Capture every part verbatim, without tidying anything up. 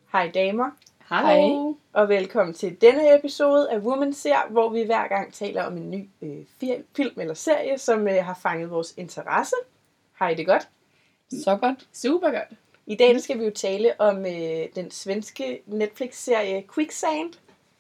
Hej damer. Hej. Og velkommen til denne episode af Woman Ser, hvor vi hver gang taler om en ny øh, film eller serie, som øh, har fanget vores interesse. Har I det godt? Så godt. Super godt. I dag der skal vi jo tale om øh, den svenske Netflix-serie Quicksand,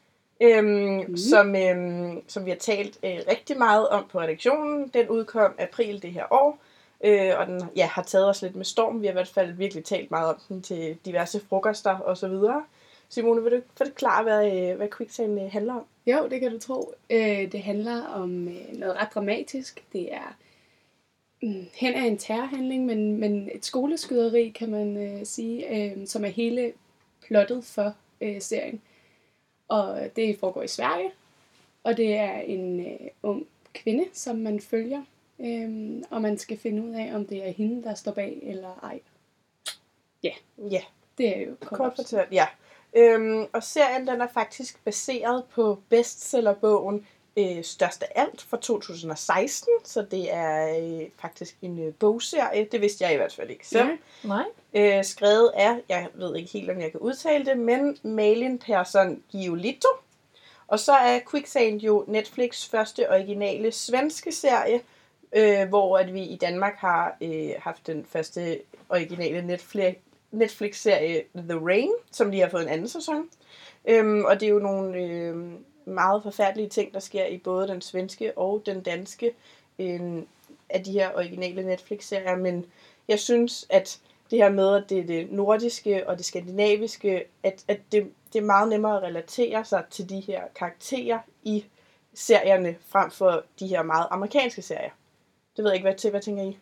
øhm, mm. som, øhm, som vi har talt øh, rigtig meget om på redaktionen. Den udkom april det her år, øh, og den ja, har taget os lidt med storm. Vi har i hvert fald virkelig talt meget om den til diverse frokoster osv. Simone, vil du forklare, hvad, hvad Quicksand handler om? Jo, det kan du tro. Øh, det handler om øh, noget ret dramatisk. Det er mm, hen af en terrorhandling, men, men et skoleskyderi, kan man øh, sige, øh, som er hele plottet for øh, serien. Og det foregår i Sverige, og det er en øh, ung kvinde, som man følger, øh, og man skal finde ud af, om det er hende, der står bag, eller ej. Ja, yeah. yeah. Det er jo kort, kort fortalt, ja. Øhm, og serien den er faktisk baseret på bestsellerbogen øh, Størst af alt fra to tusind og seksten, så det er øh, faktisk en øh, bogserie, det vidste jeg i hvert fald ikke selv. Nej. Øh, skrevet af, jeg ved ikke helt om jeg kan udtale det, men Malin Persson Giolito. Og så er Quicksand jo Netflix første originale svenske serie, øh, hvor at vi i Danmark har øh, haft den første originale Netflix Netflix-serie The Rain, som lige har fået en anden sæson. Øhm, og det er jo nogle øh, meget forfærdelige ting, der sker i både den svenske og den danske øh, af de her originale Netflix-serier. Men jeg synes, at det her med, at det er det nordiske og det skandinaviske, at, at det, det er meget nemmere at relatere sig til de her karakterer i serierne, frem for de her meget amerikanske serier. Det ved jeg ikke, hvad til. Hvad tænker I?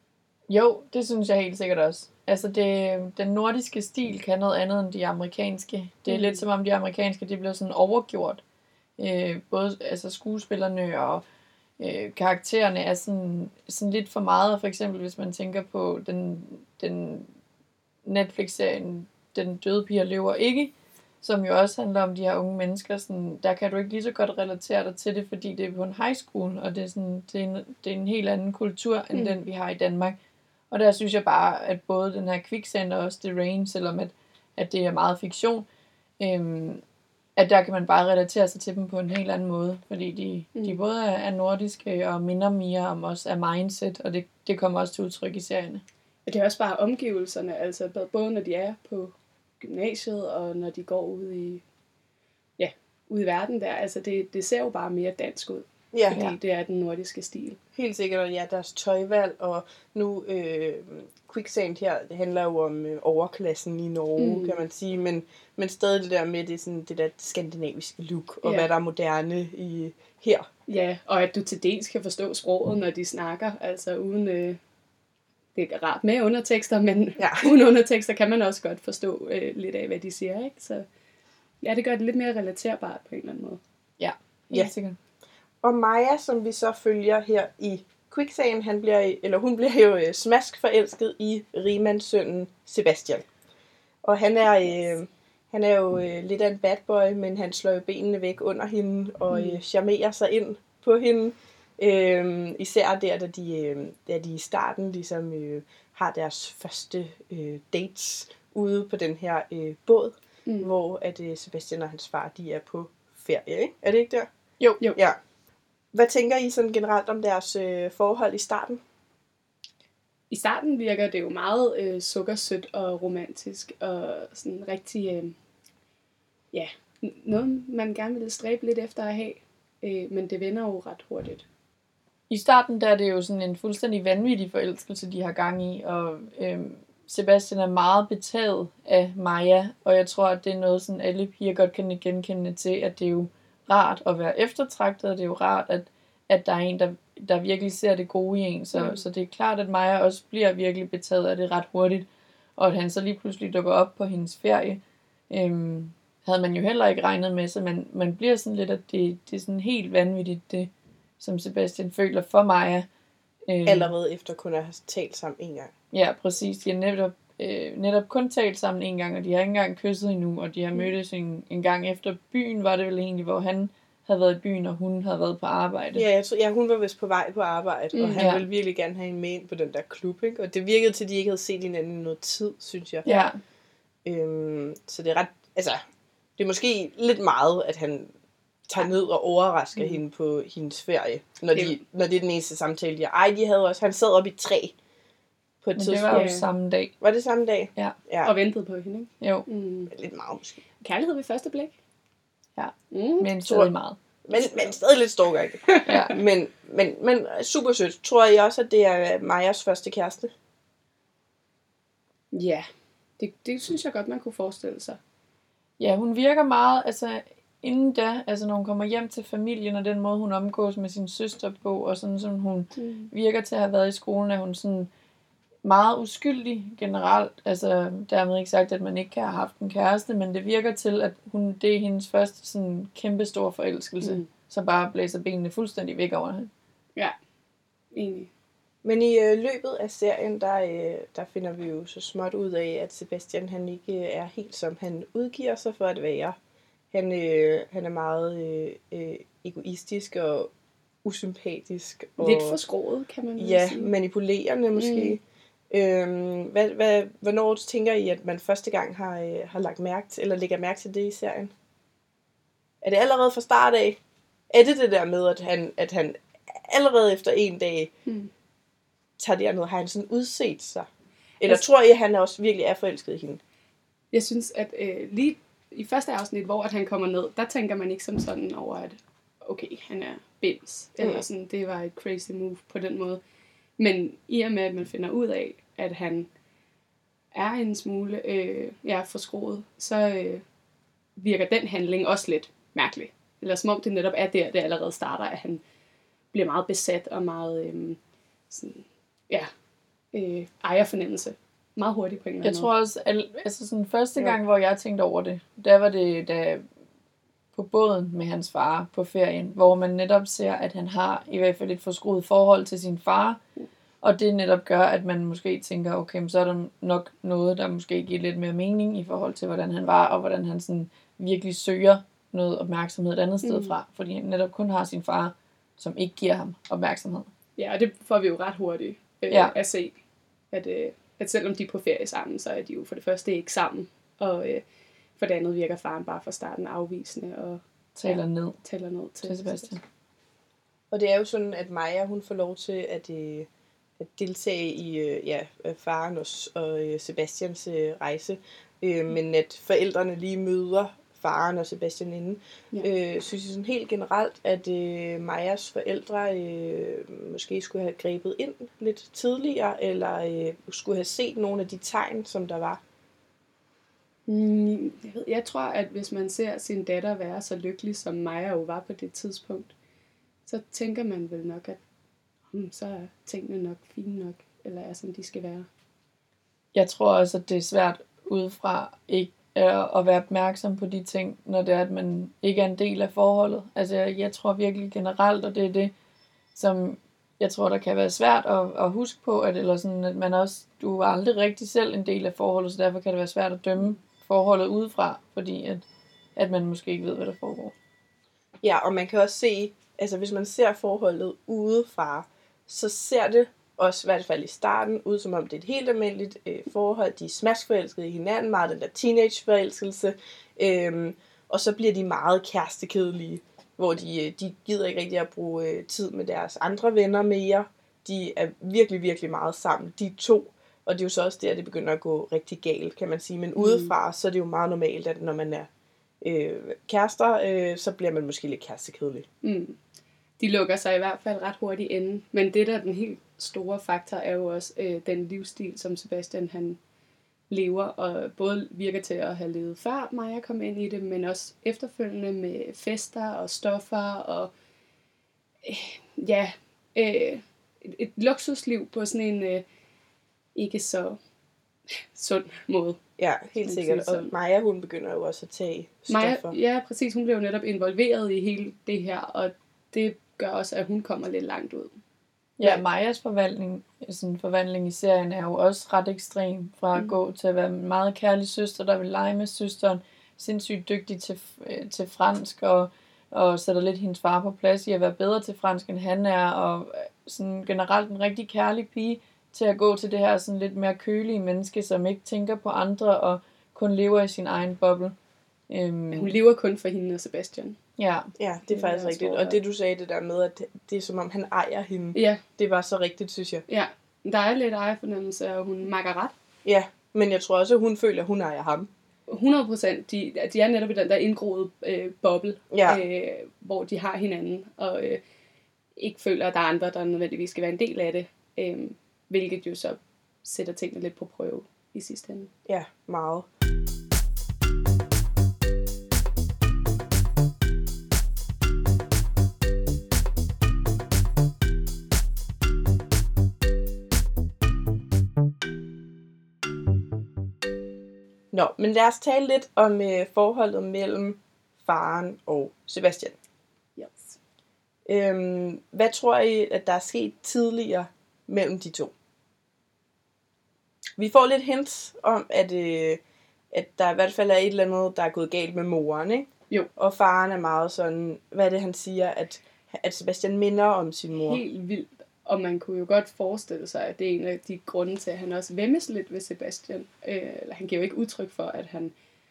Jo, det synes jeg helt sikkert også. Altså, det, den nordiske stil kan noget andet end de amerikanske. Det er mm. lidt som om de amerikanske, de bliver sådan overgjort. Øh, både altså skuespillerne og øh, karaktererne er sådan, sådan lidt for meget. For eksempel, hvis man tænker på den, den Netflix-serien Den døde pige lever ikke, som jo også handler om de her unge mennesker. Sådan, der kan du ikke lige så godt relatere dig til det, fordi det er på en high school, og det er, sådan, det er, en, det er en helt anden kultur, end mm. den vi har i Danmark. Og der synes jeg bare, at både den her Quicksand og også The Rain, selvom at, at det er meget fiktion, øhm, at der kan man bare relatere sig til dem på en helt anden måde. Fordi de, mm. de både er, er nordiske og minder mere om os af mindset, og det, det kommer også til udtryk i serierne. Og det er også bare omgivelserne, altså både når de er på gymnasiet og når de går ud i, ja, ud i verden der. Altså det, det ser jo bare mere dansk ud. Ja, fordi ja. Det er den nordiske stil. Helt sikkert, og ja, deres tøjvalg, og nu øh, Quicksand her, det handler jo om øh, overklassen i Norge, mm. kan man sige, men, men stadig det der med det, sådan, det der skandinaviske look, og ja. Hvad der er moderne i her. Ja, og at du til dels kan forstå sproget, når de snakker, altså uden, øh, det er rart med undertekster, men ja. Uden undertekster kan man også godt forstå øh, lidt af, hvad de siger, ikke? Så ja, det gør det lidt mere relaterbart på en eller anden måde. Ja, helt ja. Sikkert. Og Maja, som vi så følger her i Quicksand, han bliver, eller hun bliver jo smask forelsket i rigmandssønnen Sebastian. Og han er, øh, han er jo øh, lidt af en bad boy, men han slår jo benene væk under hende og øh, charmerer sig ind på hende. Øh, især der, da de, øh, da de i starten ligesom øh, har deres første øh, dates ude på den her øh, båd, mm. hvor at øh, Sebastian og hans far, de er på ferie, ikke? Er det ikke der? Jo. jo. Ja. Hvad tænker I sådan generelt om deres øh, forhold i starten? I starten virker det jo meget øh, sukkersødt og romantisk, og sådan rigtig, øh, ja, noget man gerne vil stræbe lidt efter at have, øh, men det vender jo ret hurtigt. I starten der er det jo sådan en fuldstændig vanvittig forelskelse, de har gang i, og øh, Sebastian er meget betaget af Maja, og jeg tror, at det er noget, sådan alle piger godt kan genkende til, at det er jo rart at være eftertragtet, og det er jo rart, at, at der er en, der, der virkelig ser det gode i en. Så, mm. så det er klart, at Maja også bliver virkelig betaget af det ret hurtigt, og at han så lige pludselig dukker op på hendes ferie, øhm, havde man jo heller ikke regnet med, så man, man bliver sådan lidt, at det, det er sådan helt vanvittigt, det som Sebastian føler for Maja. Øhm, Allerede efter kun at have talt sammen en gang. Ja, præcis. De har netop, øh, netop kun talt sammen en gang, og de har ikke engang kysset endnu, og de har mødtes en, en gang efter byen, var det vel egentlig, hvor han havde været i byen, og hun havde været på arbejde. Ja, jeg tror, ja hun var vist på vej på arbejde, mm, og han ja. ville virkelig gerne have hende med ind på den der klub, ikke? Og det virkede til, at de ikke havde set hinanden i noget tid, synes jeg. Ja. Øhm, så det er ret, altså, det er måske lidt meget, at han tager ned og overrasker mm. hende på hendes ferie, når, de, når det er den eneste samtale, de har. Ej, de havde også, han sad op i træ på et Men tidspunkt. det var jo samme dag. Var det samme dag? Ja. ja. Og ventede på hende, ikke? Jo. Mm. Lidt meget måske. Kærlighed ved første blik. Ja, mm. men stadig meget. Men, men stadig lidt stalkeragtigt. ja. men, men, men super sødt. Tror I også, at det er Majas første kæreste? Ja, det, det synes jeg godt, man kunne forestille sig. Ja, hun virker meget, altså inden da, altså når hun kommer hjem til familien, og den måde, hun omgås med sin søster på, og sådan som hun mm. virker til at have været i skolen, er hun sådan meget uskyldig generelt. Altså dermed ikke sagt, at man ikke kan have haft en kæreste, men det virker til, at hun, det er hendes første sådan kæmpe stor forelskelse, mm. som bare blæser benene fuldstændig væk over hende. Ja, enig. Men i øh, løbet af serien, der, øh, der finder vi jo så småt ud af, at Sebastian han ikke øh, er helt som han udgiver sig for at være. Han, øh, han er meget øh, øh, egoistisk og usympatisk. Og, lidt forskroet, kan man ja, sige. Ja, manipulerende måske. Mm. Øhm, hvad, hvad, hvornår tænker I, at man første gang har, øh, har lagt mærke til, eller lægger mærke til det i serien? Er det allerede fra start af? Er det det der med, at han, at han allerede efter en dag mm. tager derned, har han sådan udset sig? Eller jeg tror I, at han også virkelig er forelsket i hende? Jeg synes, at øh, lige i første afsnit, hvor at han kommer ned, der tænker man ikke som sådan over, at okay, han er bims, mm. eller sådan, det var et crazy move på den måde. Men i og med, at man finder ud af, at han er en smule øh, ja, forskroet, så øh, virker den handling også lidt mærkelig. Eller som om det netop er der, det allerede starter, at han bliver meget besat og meget øh, sådan, ja, øh, ejerfornemmelse. Meget hurtigt på en eller anden Jeg tror også, al, altså sådan første gang, ja. hvor jeg tænkte over det, der var det da på båden med hans far på ferien, hvor man netop ser, at han har i hvert fald et forskruet forhold til sin far, og det netop gør, at man måske tænker, okay, så er der nok noget, der måske giver lidt mere mening i forhold til, hvordan han var, og hvordan han sådan virkelig søger noget opmærksomhed et andet sted fra, fordi han netop kun har sin far, som ikke giver ham opmærksomhed. Ja, og det får vi jo ret hurtigt øh, ja. at se, at, øh, at selvom de er på ferie sammen, så er de jo for det første ikke sammen, og øh, for det andet virker faren bare fra starten afvisende og taler ja, ned, taler ned til, til Sebastian. Og det er jo sådan, at Maja, hun får lov til at, øh, at deltage i øh, ja, faren og, og øh, Sebastians øh, rejse, øh, men at forældrene lige møder faren og Sebastian inden. Ja. Øh, synes jeg sådan helt generelt, at øh, Majas forældre øh, måske skulle have grebet ind lidt tidligere, eller øh, skulle have set nogle af de tegn, som der var? Mm, jeg, ved, jeg tror, at hvis man ser sin datter være så lykkelig, som Maja jo var på det tidspunkt, så tænker man vel nok, at hmm, så er tingene nok fine nok, eller er som de skal være. Jeg tror også, at det er svært udefra ikke at være opmærksom på de ting, når det er, at man ikke er en del af forholdet. Altså, jeg, jeg tror virkelig generelt, og det er det, som jeg tror, der kan være svært at, at huske på, at, eller sådan, at man også, du er aldrig rigtig selv en del af forholdet, så derfor kan det være svært at dømme forholdet udefra, fordi at, at man måske ikke ved, hvad der foregår. Ja, og man kan også se, altså hvis man ser forholdet udefra, så ser det også i hvert fald i starten, ud som om det er et helt almindeligt øh, forhold. De er smashforelskede i hinanden, meget den der teenageforelskelse, øhm, og så bliver de meget kærestekedelige, hvor de, de gider ikke rigtig at bruge øh, tid med deres andre venner mere. De er virkelig, virkelig meget sammen, de to, og det er jo så også der, det begynder at gå rigtig galt, kan man sige. Men mm. udefra, så er det jo meget normalt, at når man er øh, kærester, øh, så bliver man måske lidt kærestekedelig. Mm. De lukker sig i hvert fald ret hurtigt inde. Men det, der er den helt store faktor, er jo også øh, den livsstil, som Sebastian han lever, og både virker til at have levet før Maja kom ind i det, men også efterfølgende med fester og stoffer og øh, ja, øh, et, et luksusliv på sådan en øh, ikke så sund måde. Ja, helt sikkert. Og Maja, hun begynder jo også at tage stoffer. Maja, ja, præcis. Hun blev netop involveret i hele det her, og det gør også, at hun kommer lidt langt ud. Ja, Majas forvandling, sådan forvandling i serien er jo også ret ekstrem, fra at mm. gå til at være en meget kærlig søster, der vil lege med søsteren, sindssygt dygtig til, til fransk, og, og sætter lidt hendes far på plads i at være bedre til fransk, end han er, og sådan generelt en rigtig kærlig pige, til at gå til det her sådan lidt mere kølige menneske, som ikke tænker på andre, og kun lever i sin egen boble. Øhm, Hun lever kun for hende og Sebastian. ja. Ja, det er Det faktisk er rigtigt. også Og det du sagde det der med, at det er som om han ejer hende, Ja, det var så rigtigt, synes jeg. ja. Der er lidt ejerfornemmelse, og hun makker ret. Ja, men jeg tror også, at hun føler, at hun ejer ham. hundrede procent. De, de er netop i den der indgroede øh, boble, Ja. øh, hvor de har hinanden, og øh, ikke føler, at der er andre, der nødvendigvis skal være en del af det. Øh, hvilket jo så sætter tingene lidt på prøve i sidste ende. Ja, meget. Nå, men lad os tale lidt om øh, forholdet mellem faren og Sebastian. Yes. Øhm, hvad tror I, at der er sket tidligere mellem de to? Vi får lidt hints om, at, øh, at der i hvert fald er et eller andet, der er gået galt med moren, ikke? Jo. Og faren er meget sådan, hvad er det, han siger, at, at Sebastian minder om sin mor. Helt vildt. Og man kunne jo godt forestille sig, at det er en af de grunde til, at han også væmmes lidt ved Sebastian. Øh, eller han giver jo ikke udtryk for, at han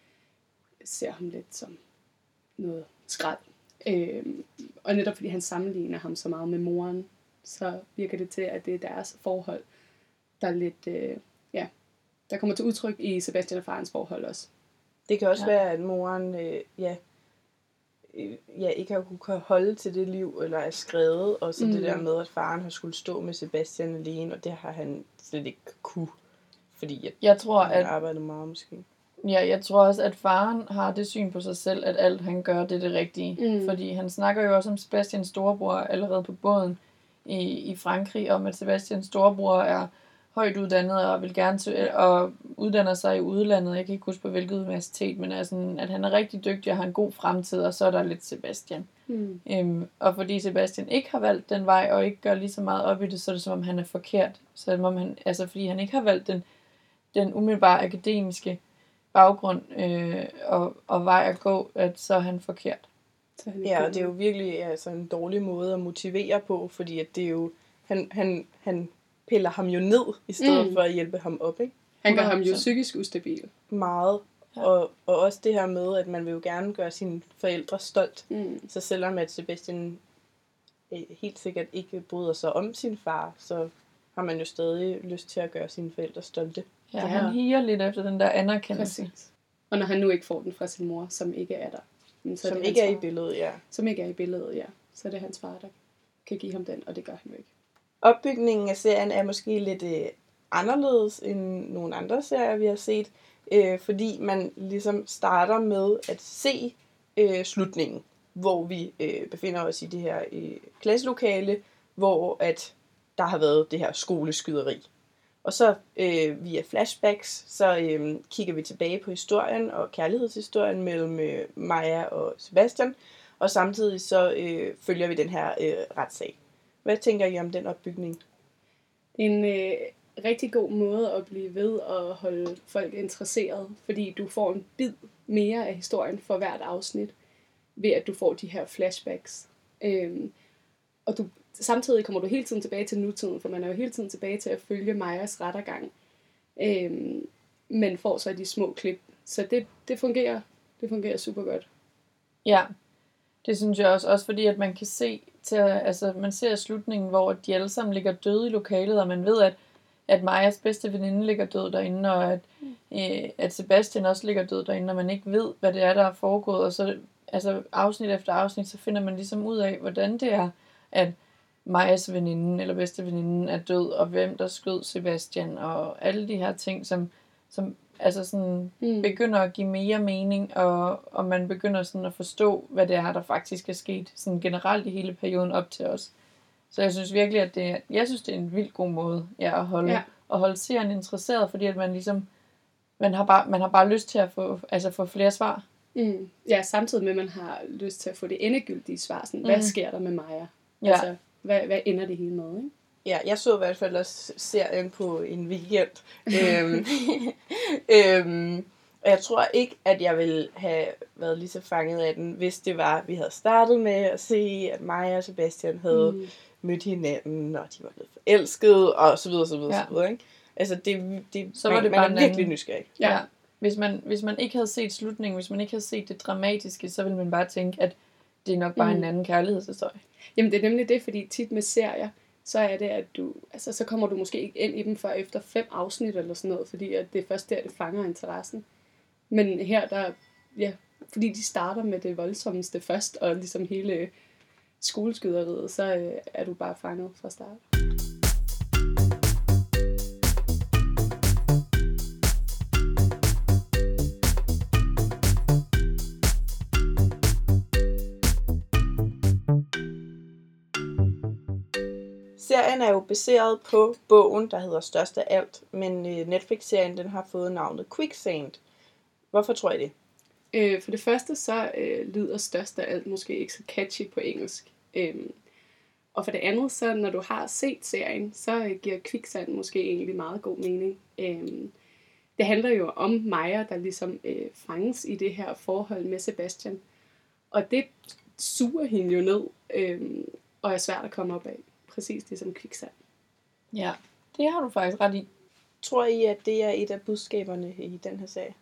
ser ham lidt som noget skrald. Øh, og netop fordi han sammenligner ham så meget med moren, så virker det til, at det er deres forhold, der er lidt, øh, ja, der kommer til udtryk i Sebastian og farens forhold også. Det kan også Ja. ja. være, at moren øh, ja, øh, ja, ikke har kunne holde til det liv, eller er skrevet, og så mm. det Mm. der med, at faren har skulle stå med Sebastian alene, og det har han slet ikke kunne, fordi at Jeg tror, han at arbejdet meget måske. Ja, jeg tror også, at faren har det syn på sig selv, at alt han gør, det er det rigtige. Mm. Fordi han snakker jo også om Sebastians storebror allerede på båden i, i Frankrig, om at Sebastians storebror er højt uddannet og vil gerne til, og uddanner sig i udlandet. Jeg kan ikke huske på hvilket universitet, men er sådan, at han er rigtig dygtig og har en god fremtid, og så er der lidt Sebastian. Mm. Øhm, og fordi Sebastian ikke har valgt den vej, og ikke gør lige så meget op i det, så er det som om han er forkert. Så er det, som om han, altså fordi han ikke har valgt den, den umiddelbare akademiske baggrund øh, og, og vej at gå, at så er han forkert. Så han Ja, god og det er jo virkelig altså, en dårlig måde at motivere på, fordi at det er jo, han, han, han piller ham jo ned, i stedet Mm. mm. for at hjælpe ham op, ikke? Han gør ham jo hundrede procent. psykisk ustabil. Meget. Ja. Ja. Og, og også det her med, at man vil jo gerne gøre sine forældre stolt. Mm. Så selvom at Sebastian øh, helt sikkert ikke bryder sig om sin far, så har man jo stadig lyst til at gøre sine forældre stolte. Ja, Ja. han higer lidt efter den der anerkendelse. Præcis. Og når han nu ikke får den fra sin mor, som ikke er der. Men så er Som det ikke er hans i far. billedet, ja. Som ikke er i billedet, ja. Så er det hans far, der kan give ham den, og det gør han jo ikke. Opbygningen af serien er måske lidt øh, anderledes end nogle andre serier, vi har set. Øh, fordi man ligesom starter med at se øh, slutningen, hvor vi øh, befinder os i det her øh, klasselokale, hvor at der har været det her skoleskyderi. Og så øh, via flashbacks, så øh, kigger vi tilbage på historien og kærlighedshistorien mellem øh, Maja og Sebastian, og samtidig så øh, følger vi den her øh, retssag. Hvad tænker I om den opbygning? En øh, rigtig god måde at blive ved at holde folk interesseret, fordi du får en bid mere af historien for hvert afsnit, ved at du får de her flashbacks. Øhm, og du, samtidig kommer du hele tiden tilbage til nutiden, for man er jo hele tiden tilbage til at følge Majas rettergang. Øhm, men får så de små klip. Så det, det fungerer. Det fungerer super godt. Ja, det synes jeg også. Også fordi, at man kan se, til, altså man ser slutningen, hvor de alle sammen ligger døde i lokalet, og man ved, at, at Majas bedste veninde ligger død derinde, og at, øh, at Sebastian også ligger død derinde, og man ikke ved, hvad det er, der er foregået. Og så altså, afsnit efter afsnit, så finder man ligesom ud af, hvordan det er, at Majas veninde eller bedste veninde er død, og hvem der skød Sebastian, og alle de her ting, som, som altså sådan Mm. begynder at give mere mening, og, og man begynder sådan at forstå, hvad det er, der faktisk er sket, sådan generelt i hele perioden op til os. Så jeg synes virkelig, at det er, jeg synes, det er en vildt god måde ja, at holde, Ja. ja. at holde seeren interesseret, fordi at man ligesom, man har bare, man har bare lyst til at få, altså få flere svar. Mm. Ja, samtidig med, at man har lyst til at få det endegyldige svar. Sådan, hvad Mm. sker der med Maja? Ja. Altså, hvad, hvad ender det hele med? Ikke? Ja, jeg så i hvert fald også serien på en weekend. øhm, øhm, og jeg tror ikke, at jeg ville have været lige så fanget af den, hvis det var, at vi havde startet med at se, at Maja og Sebastian havde mm. mødt hinanden, og de var blevet forelskede, og så videre, så videre, Ja. så videre, ikke? Altså, det, det, Så man, var det man bare er en virkelig anden- nysgerrig. Ja. Ja. hvis man, hvis man ikke havde set slutningen, hvis man ikke havde set det dramatiske, så ville man bare tænke, at det er nok bare mm. en anden kærlighedshistorie. Jamen det er nemlig det, fordi tit med serier, så er det, at du, altså så kommer du måske ikke ind i dem før efter fem afsnit eller sådan noget, fordi at det er først der, det fanger interessen. Men her, der, ja, fordi de starter med det voldsomste først, og ligesom hele skoleskyderiet, så øh, er du bare fanget fra start. Serien er jo baseret på bogen, der hedder Størst af alt, men Netflix-serien den har fået navnet Quicksand. Hvorfor tror I det? Øh, for det første så øh, lyder Størst af alt måske ikke så catchy på engelsk. Øhm, og for det andet, så når du har set serien, så øh, giver Quicksand måske egentlig meget god mening. Øhm, det handler jo om Maja, der ligesom øh, fanges i det her forhold med Sebastian. Og det suger hende jo ned, øh, og er svært at komme op af. Præcis det som Quicksand. Ja, det har du faktisk ret i. Tror I, at det er et af budskaberne i den her serie?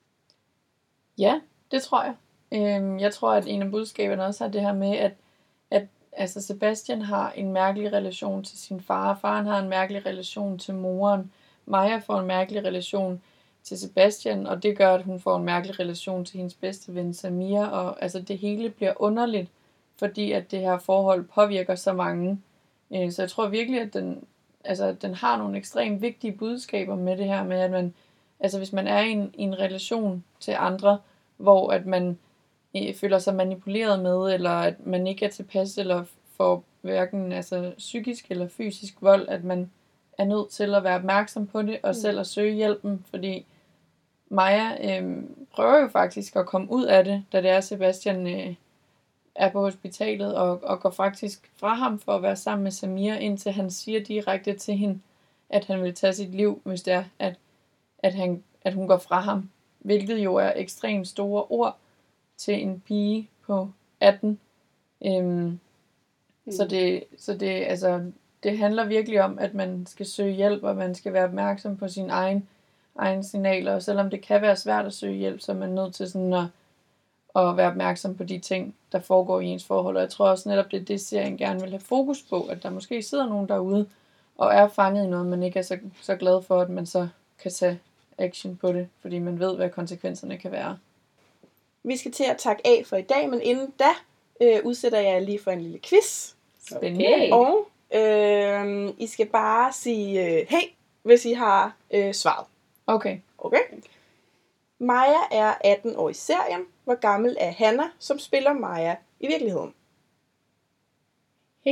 Ja, det tror jeg. Øhm, jeg tror, at en af budskaberne også har det her med, at, at altså Sebastian har en mærkelig relation til sin far. Faren har en mærkelig relation til moren. Maja får en mærkelig relation til Sebastian, og det gør, at hun får en mærkelig relation til hendes bedste ven Samir. Og altså det hele bliver underligt, fordi at det her forhold påvirker så mange. Så jeg tror virkelig, at den, altså, den har nogle ekstremt vigtige budskaber med det her med, at man, altså hvis man er i en, i en relation til andre, hvor at man eh, føler sig manipuleret med, eller at man ikke er tilpas, eller får hverken altså, psykisk eller fysisk vold, at man er nødt til at være opmærksom på det, og selv at søge hjælpen, fordi Maja øh, prøver jo faktisk at komme ud af det, da det er Sebastian øh, er på hospitalet, og, og går faktisk fra ham for at være sammen med Samir, indtil han siger direkte til hende, at han vil tage sit liv, hvis det er, at, at, han, at hun går fra ham. Hvilket jo er ekstremt store ord til en pige på atten. Øhm, mm. Så, det, så det, altså, det handler virkelig om, at man skal søge hjælp, og man skal være opmærksom på sine egen, egen signaler. Og selvom det kan være svært at søge hjælp, så er man nødt til sådan at og være opmærksom på de ting, der foregår i ens forhold. Og jeg tror også netop, det er det, serien gerne vil have fokus på, at der måske sidder nogen derude, og er fanget i noget, man ikke er så, så glad for, at man så kan tage action på det, fordi man ved, hvad konsekvenserne kan være. Vi skal til at takke af for i dag, men inden da øh, udsætter jeg lige for en lille quiz. Spændende. Okay. Og øh, I skal bare sige øh, hey, hvis I har øh, svaret. Okay. Okay. Maja er atten år i serien. Hvor gammel er Hanna, som spiller Maja i virkeligheden? Hey.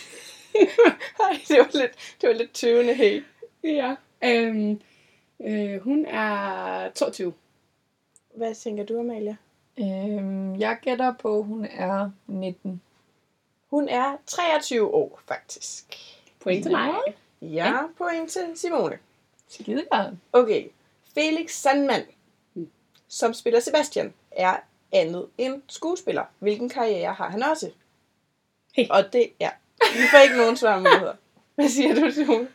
Ej, det var lidt, det var lidt tøvende, hey. Ja. Øhm, øh, hun er toogtyve. Hvad tænker du, Amalie? Øhm, jeg gætter på, at hun er nitten. Hun er treogtyve år, faktisk. Point til mig. Ja, point til Simone. Skidegarn. Okay. Felix Sandmann, som spiller Sebastian, er andet end skuespiller. Hvilken karriere har han også? Hey. Og det er... Vi får ikke nogen svarmuligheder. Hvad siger du, Simone?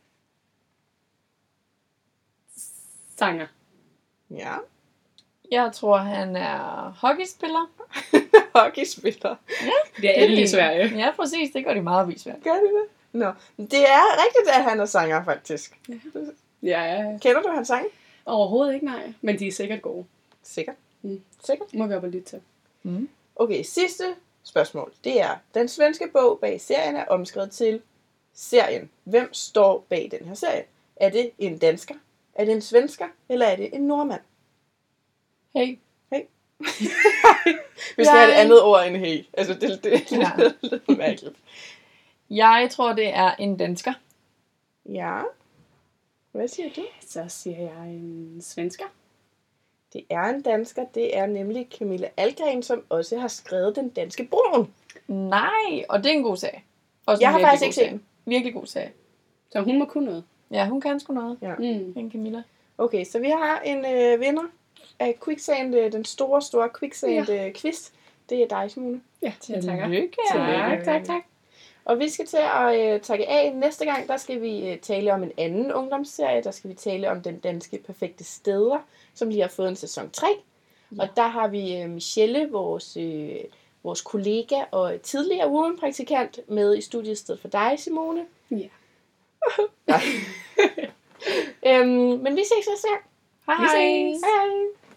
Sanger. Ja. Jeg tror, han er hockeyspiller. Hockeyspiller. Ja, det er alle i Sverige. Ja, præcis. Det gør de meget i Sverige. Gør de det? Nå. Det er rigtigt, at han er sanger, faktisk. Ja. Ja, ja. Kender du hans sang? Overhovedet ikke, nej. Men de er sikkert gode. Sikkert. Mm. Sikkert. Må vi op og lytte til. Mm. Okay, sidste spørgsmål. Det er, den svenske bog bag serien er omskrevet til serien. Hvem står bag den her serie? Er det en dansker? Er det en svensker? Eller er det en nordmand? Hey. Hey. Vi skal have et andet ord end hey. Altså, det, det, det er Ja. lidt, lidt mærkeligt. Jeg tror, det er en dansker. Ja. Hvad siger du? Så siger jeg en svensker. Det er en dansker. Det er nemlig Camilla Ahlgren, som også har skrevet Den Danske Brun. Nej, og det er en god sag. Også Jeg en har virkelig faktisk god ikke sag. set den. Virkelig god sag. Så hun må kunne noget. Ja, hun kan sgu noget. Ja. Mm. Den Camilla. Okay, så vi har en øh, vinder af Quicksand, øh, den store, store Quicksand-quiz. Det er dig, Simone. Ja, jeg takker. Tillykke. Tak, tak, tak. Og vi skal til at øh, takke af. Næste gang, der skal vi øh, tale om en anden ungdomsserie. Der skal vi tale om Den Danske Perfekte Steder, som lige har fået en sæson tre. Ja. Og der har vi øh, Michelle, vores, øh, vores kollega og tidligere woman-praktikant, med i studiet i stedet for dig, Simone. Ja. øhm, men vi ses næste gang. Hej Vi hej! ses. Hej hej!